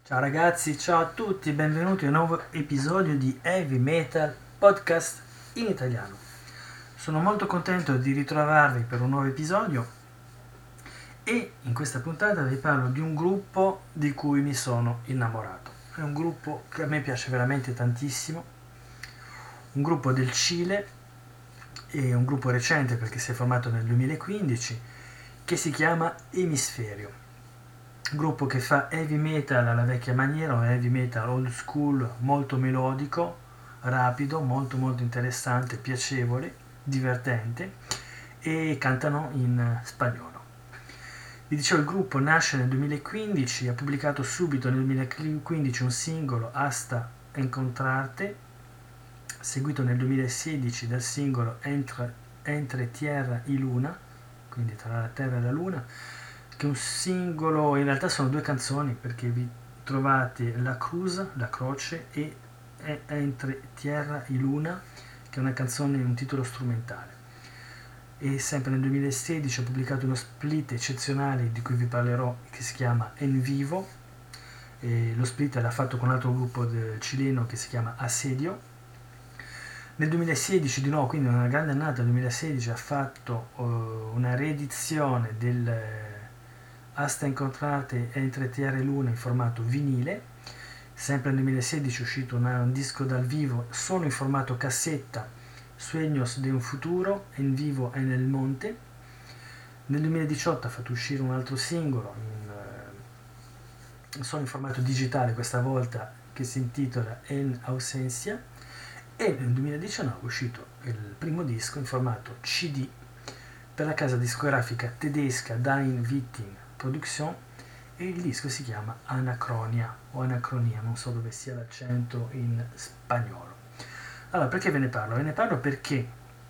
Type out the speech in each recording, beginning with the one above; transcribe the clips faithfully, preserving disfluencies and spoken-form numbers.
Ciao ragazzi, ciao a tutti, benvenuti a un nuovo episodio di Heavy Metal Podcast in italiano. Sono molto contento di ritrovarvi per un nuovo episodio e in questa puntata vi parlo di un gruppo di cui mi sono innamorato. È un gruppo che a me piace veramente tantissimo, un gruppo del Cile, è un gruppo recente perché si è formato nel duemilaquindici, che si chiama Emisferio. Gruppo che fa heavy metal alla vecchia maniera, un heavy metal old school, molto melodico, rapido, molto molto interessante, piacevole, divertente, e cantano in spagnolo. Vi dicevo, il gruppo nasce nel duemilaquindici, ha pubblicato subito nel duemilaquindici un singolo, Hasta Encontrarte, seguito nel duemilasedici dal singolo Entre, Entre Tierra y Luna, quindi tra la terra e la luna, che è un singolo, in realtà sono due canzoni perché vi trovate La Cruz, la croce, e Entre Tierra y Luna, che è una canzone, un titolo strumentale. E sempre nel duemilasedici ha pubblicato uno split eccezionale di cui vi parlerò, che si chiama En Vivo. E lo split l'ha fatto con un altro gruppo cileno che si chiama Assedio. Nel duemilasedici di nuovo, quindi una grande annata, nel duemilasedici ha fatto uh, una riedizione del uh, Hasta Encontrarte Entre Tierra e Luna in formato vinile. Sempre nel duemilasedici è uscito una, un disco dal vivo solo in formato cassetta, Sueños de un futuro, En vivo e nel monte. Nel duemiladiciotto ha fatto uscire un altro singolo in, uh, solo in formato digitale questa volta, che si intitola En Ausencia. E nel duemiladiciannove è uscito il primo disco in formato C D per la casa discografica tedesca Dein Witting Production, e il disco si chiama Anacronia o Anacronia, non so dove sia l'accento in spagnolo. Allora, perché ve ne parlo? Ve ne parlo perché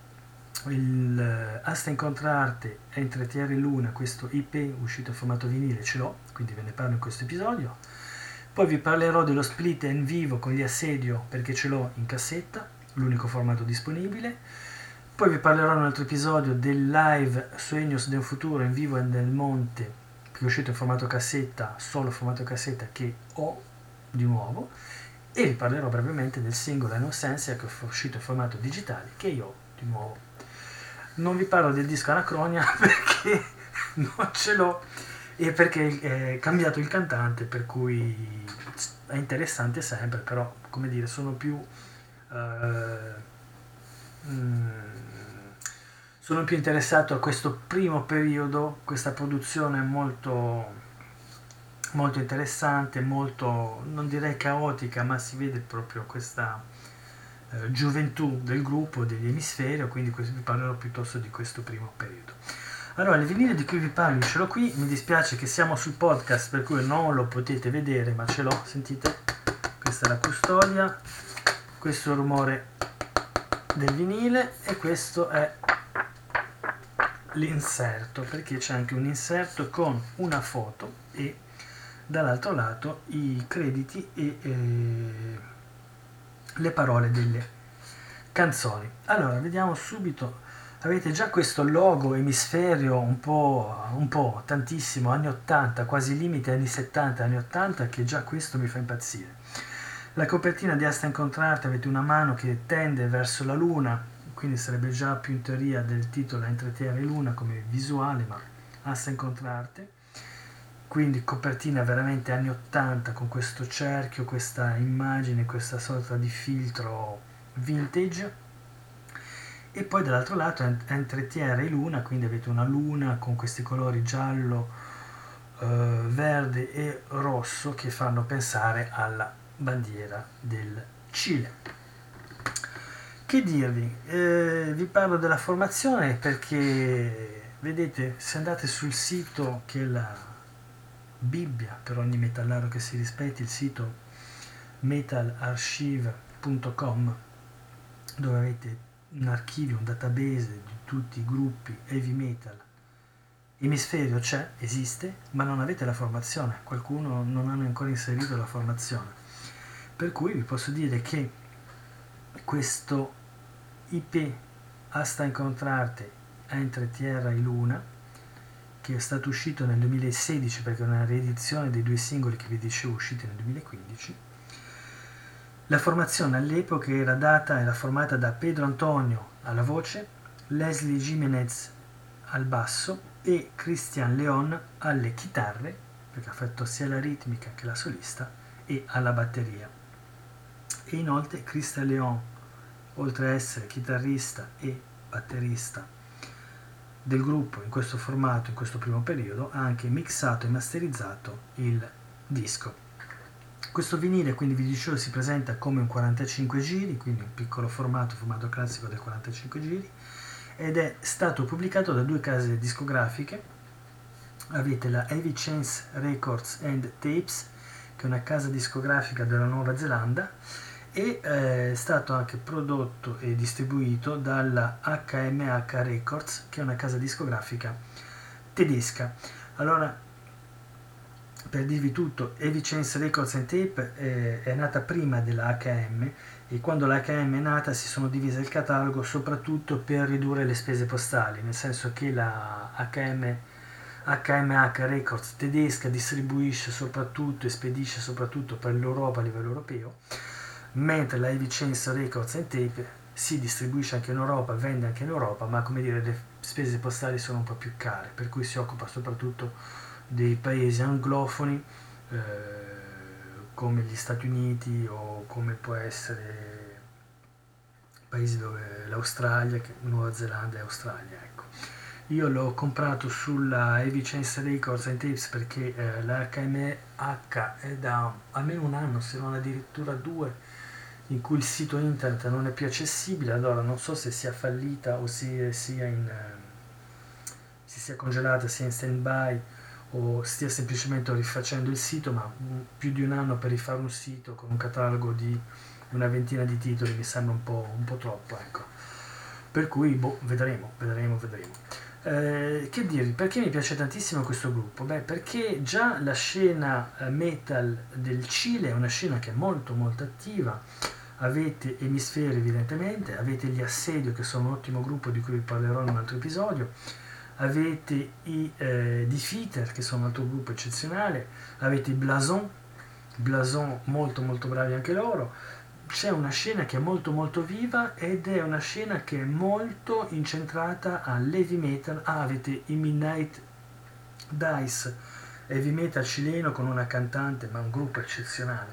il Hasta Encontrarte Entre Tierra e Luna, questo I P uscito in formato vinile, ce l'ho, quindi ve ne parlo in questo episodio. Poi vi parlerò dello split in vivo con gli Assedio perché ce l'ho in cassetta, l'unico formato disponibile. Poi vi parlerò in un altro episodio del live Sueños de un futuro in vivo nel monte, che è uscito in formato cassetta, solo formato cassetta, che ho di nuovo. E vi parlerò brevemente del singolo Innocenzia, che è uscito in formato digitale, che io ho di nuovo. Non vi parlo del disco Anacronia perché non ce l'ho e perché è cambiato il cantante, per cui è interessante sempre, però come dire, sono più uh, mm, sono più interessato a questo primo periodo, questa produzione molto molto interessante, molto, non direi caotica, ma si vede proprio questa eh, gioventù del gruppo, degli Emisferio, quindi vi parlerò piuttosto di questo primo periodo. Allora, il vinile di cui vi parlo ce l'ho qui, mi dispiace che siamo sul podcast per cui non lo potete vedere, ma ce l'ho, sentite? Questa è la custodia, questo è il rumore del vinile e questo è l'inserto, perché c'è anche un inserto con una foto e dall'altro lato i crediti e eh, le parole delle canzoni. Allora, vediamo subito. Avete già questo logo Emisferio un po', un po' tantissimo, anni ottanta, quasi limite anni settanta, anni ottanta, che già questo mi fa impazzire. La copertina di Hasta Encontrarte, avete una mano che tende verso la luna, quindi sarebbe già più in teoria del titolo Entre Terra e Luna come visuale, ma Hasta Encontrarte. Quindi copertina veramente anni ottanta con questo cerchio, questa immagine, questa sorta di filtro vintage. E poi dall'altro lato Entre Tierra e Luna, quindi avete una luna con questi colori giallo, eh, verde e rosso che fanno pensare alla bandiera del Cile. Che dirvi? Eh, vi parlo della formazione perché, vedete, se andate sul sito che è la Bibbia per ogni metallaro che si rispetti, il sito metal archive punto com, dove avete un archivio, un database di tutti i gruppi heavy metal. Emisferio c'è, esiste, ma non avete la formazione, qualcuno non hanno ancora inserito la formazione. Per cui vi posso dire che questo I P Hasta Encontrarte Entre Tierra e Luna che è stato uscito nel duemilasedici perché è una riedizione dei due singoli che vi dicevo usciti nel duemilaquindici. La formazione all'epoca era data, era formata da Pedro Antonio alla voce, Leslie Jimenez al basso e Christian Leon alle chitarre, perché ha fatto sia la ritmica che la solista, e alla batteria. E inoltre Christian Leon, oltre a essere chitarrista e batterista del gruppo in questo formato, in questo primo periodo, ha anche mixato e masterizzato il disco. Questo vinile, quindi vi dicevo, si presenta come un quarantacinque giri, quindi un piccolo formato, formato classico del quarantacinque giri, ed è stato pubblicato da due case discografiche. Avete la Heavy Chains Records and Tapes, che è una casa discografica della Nuova Zelanda, e eh, è stato anche prodotto e distribuito dalla H M H Records, che è una casa discografica tedesca. Allora, per dirvi tutto, Heavy Chains Records and Tape eh, è nata prima della H M, e quando la H M è nata si sono divise il catalogo soprattutto per ridurre le spese postali, nel senso che la H M H M H Records tedesca distribuisce soprattutto e spedisce soprattutto per l'Europa a livello europeo, mentre la Heavy Chains Records and Tape si distribuisce anche in Europa, vende anche in Europa, ma come dire le spese postali sono un po' più care, per cui si occupa soprattutto dei paesi anglofoni eh, come gli Stati Uniti o come può essere paesi dove l'Australia, Nuova Zelanda e Australia, ecco. Io l'ho comprato sulla Heavy Chains Records and Tapes perché eh, la H M H è da almeno un anno, se non addirittura due, in cui il sito internet non è più accessibile. Allora non so se sia fallita o se sia in eh, si sia congelata, sia in stand by o stia semplicemente rifacendo il sito, ma più di un anno per rifare un sito con un catalogo di una ventina di titoli mi sembra un po', un po' troppo, ecco. Per cui boh, vedremo, vedremo, vedremo. Eh, che dirvi, perché mi piace tantissimo questo gruppo? Beh, perché già la scena metal del Cile è una scena che è molto molto attiva. Avete Emisferi evidentemente, avete gli Assedio che sono un ottimo gruppo di cui vi parlerò in un altro episodio, avete i eh, Defeater che sono un altro gruppo eccezionale, avete i Blason, Blason molto molto bravi anche loro. C'è una scena che è molto molto viva ed è una scena che è molto incentrata all'heavy metal. Ah, avete i Midnight Dice, heavy metal cileno con una cantante, ma un gruppo eccezionale.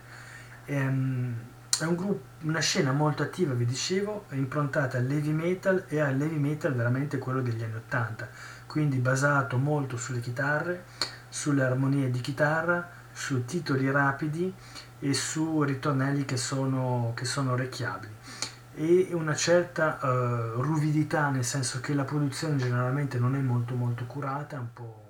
Ehm, è un gruppo, una scena molto attiva, vi dicevo, improntata all'heavy metal e all'heavy metal veramente quello degli anni ottanta, quindi basato molto sulle chitarre, sulle armonie di chitarra, su titoli rapidi e su ritornelli che sono, che sono orecchiabili, e una certa uh, ruvidità, nel senso che la produzione generalmente non è molto molto curata, è un po',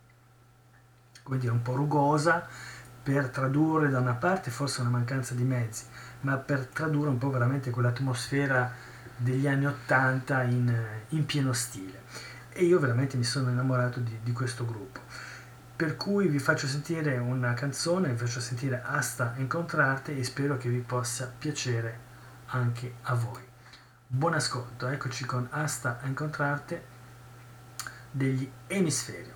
come dire, un po' rugosa, per tradurre da una parte forse una mancanza di mezzi, ma per tradurre un po' veramente quell'atmosfera degli anni ottanta in, in pieno stile. E io veramente mi sono innamorato di, di questo gruppo. Per cui vi faccio sentire una canzone, vi faccio sentire Hasta incontrarte e spero che vi possa piacere anche a voi. Buon ascolto, eccoci con Hasta incontrarte degli Emisferio.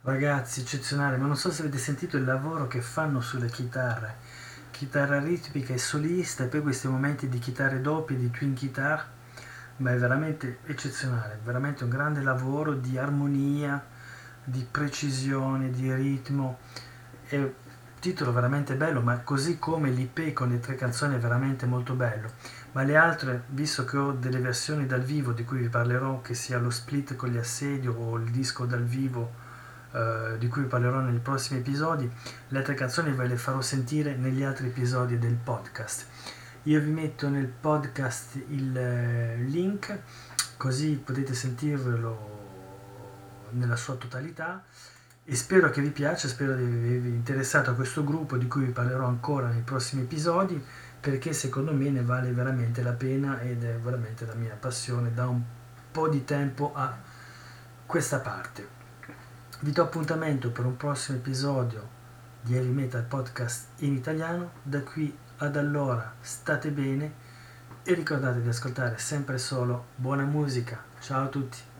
ragazzi eccezionali, ma non so se avete sentito il lavoro che fanno sulle chitarre, chitarra ritmica e solista, e poi questi momenti di chitarre doppie, di twin guitar, ma è veramente eccezionale, veramente un grande lavoro di armonia, di precisione, di ritmo. È un titolo veramente bello, ma così come l'I P con le tre canzoni è veramente molto bello. Ma le altre, visto che ho delle versioni dal vivo di cui vi parlerò, che sia lo split con gli assedio o il disco dal vivo, eh, di cui vi parlerò nei prossimi episodi, le altre canzoni ve le farò sentire negli altri episodi del podcast. Io vi metto nel podcast il eh, link, così potete sentirvelo nella sua totalità, e spero che vi piaccia, spero di avervi interessato a questo gruppo di cui vi parlerò ancora nei prossimi episodi, perché secondo me ne vale veramente la pena ed è veramente la mia passione da un po' di tempo a questa parte. Vi do appuntamento per un prossimo episodio di Heavy Metal Podcast in italiano. Da qui ad allora state bene e ricordate di ascoltare sempre solo buona musica. Ciao a tutti!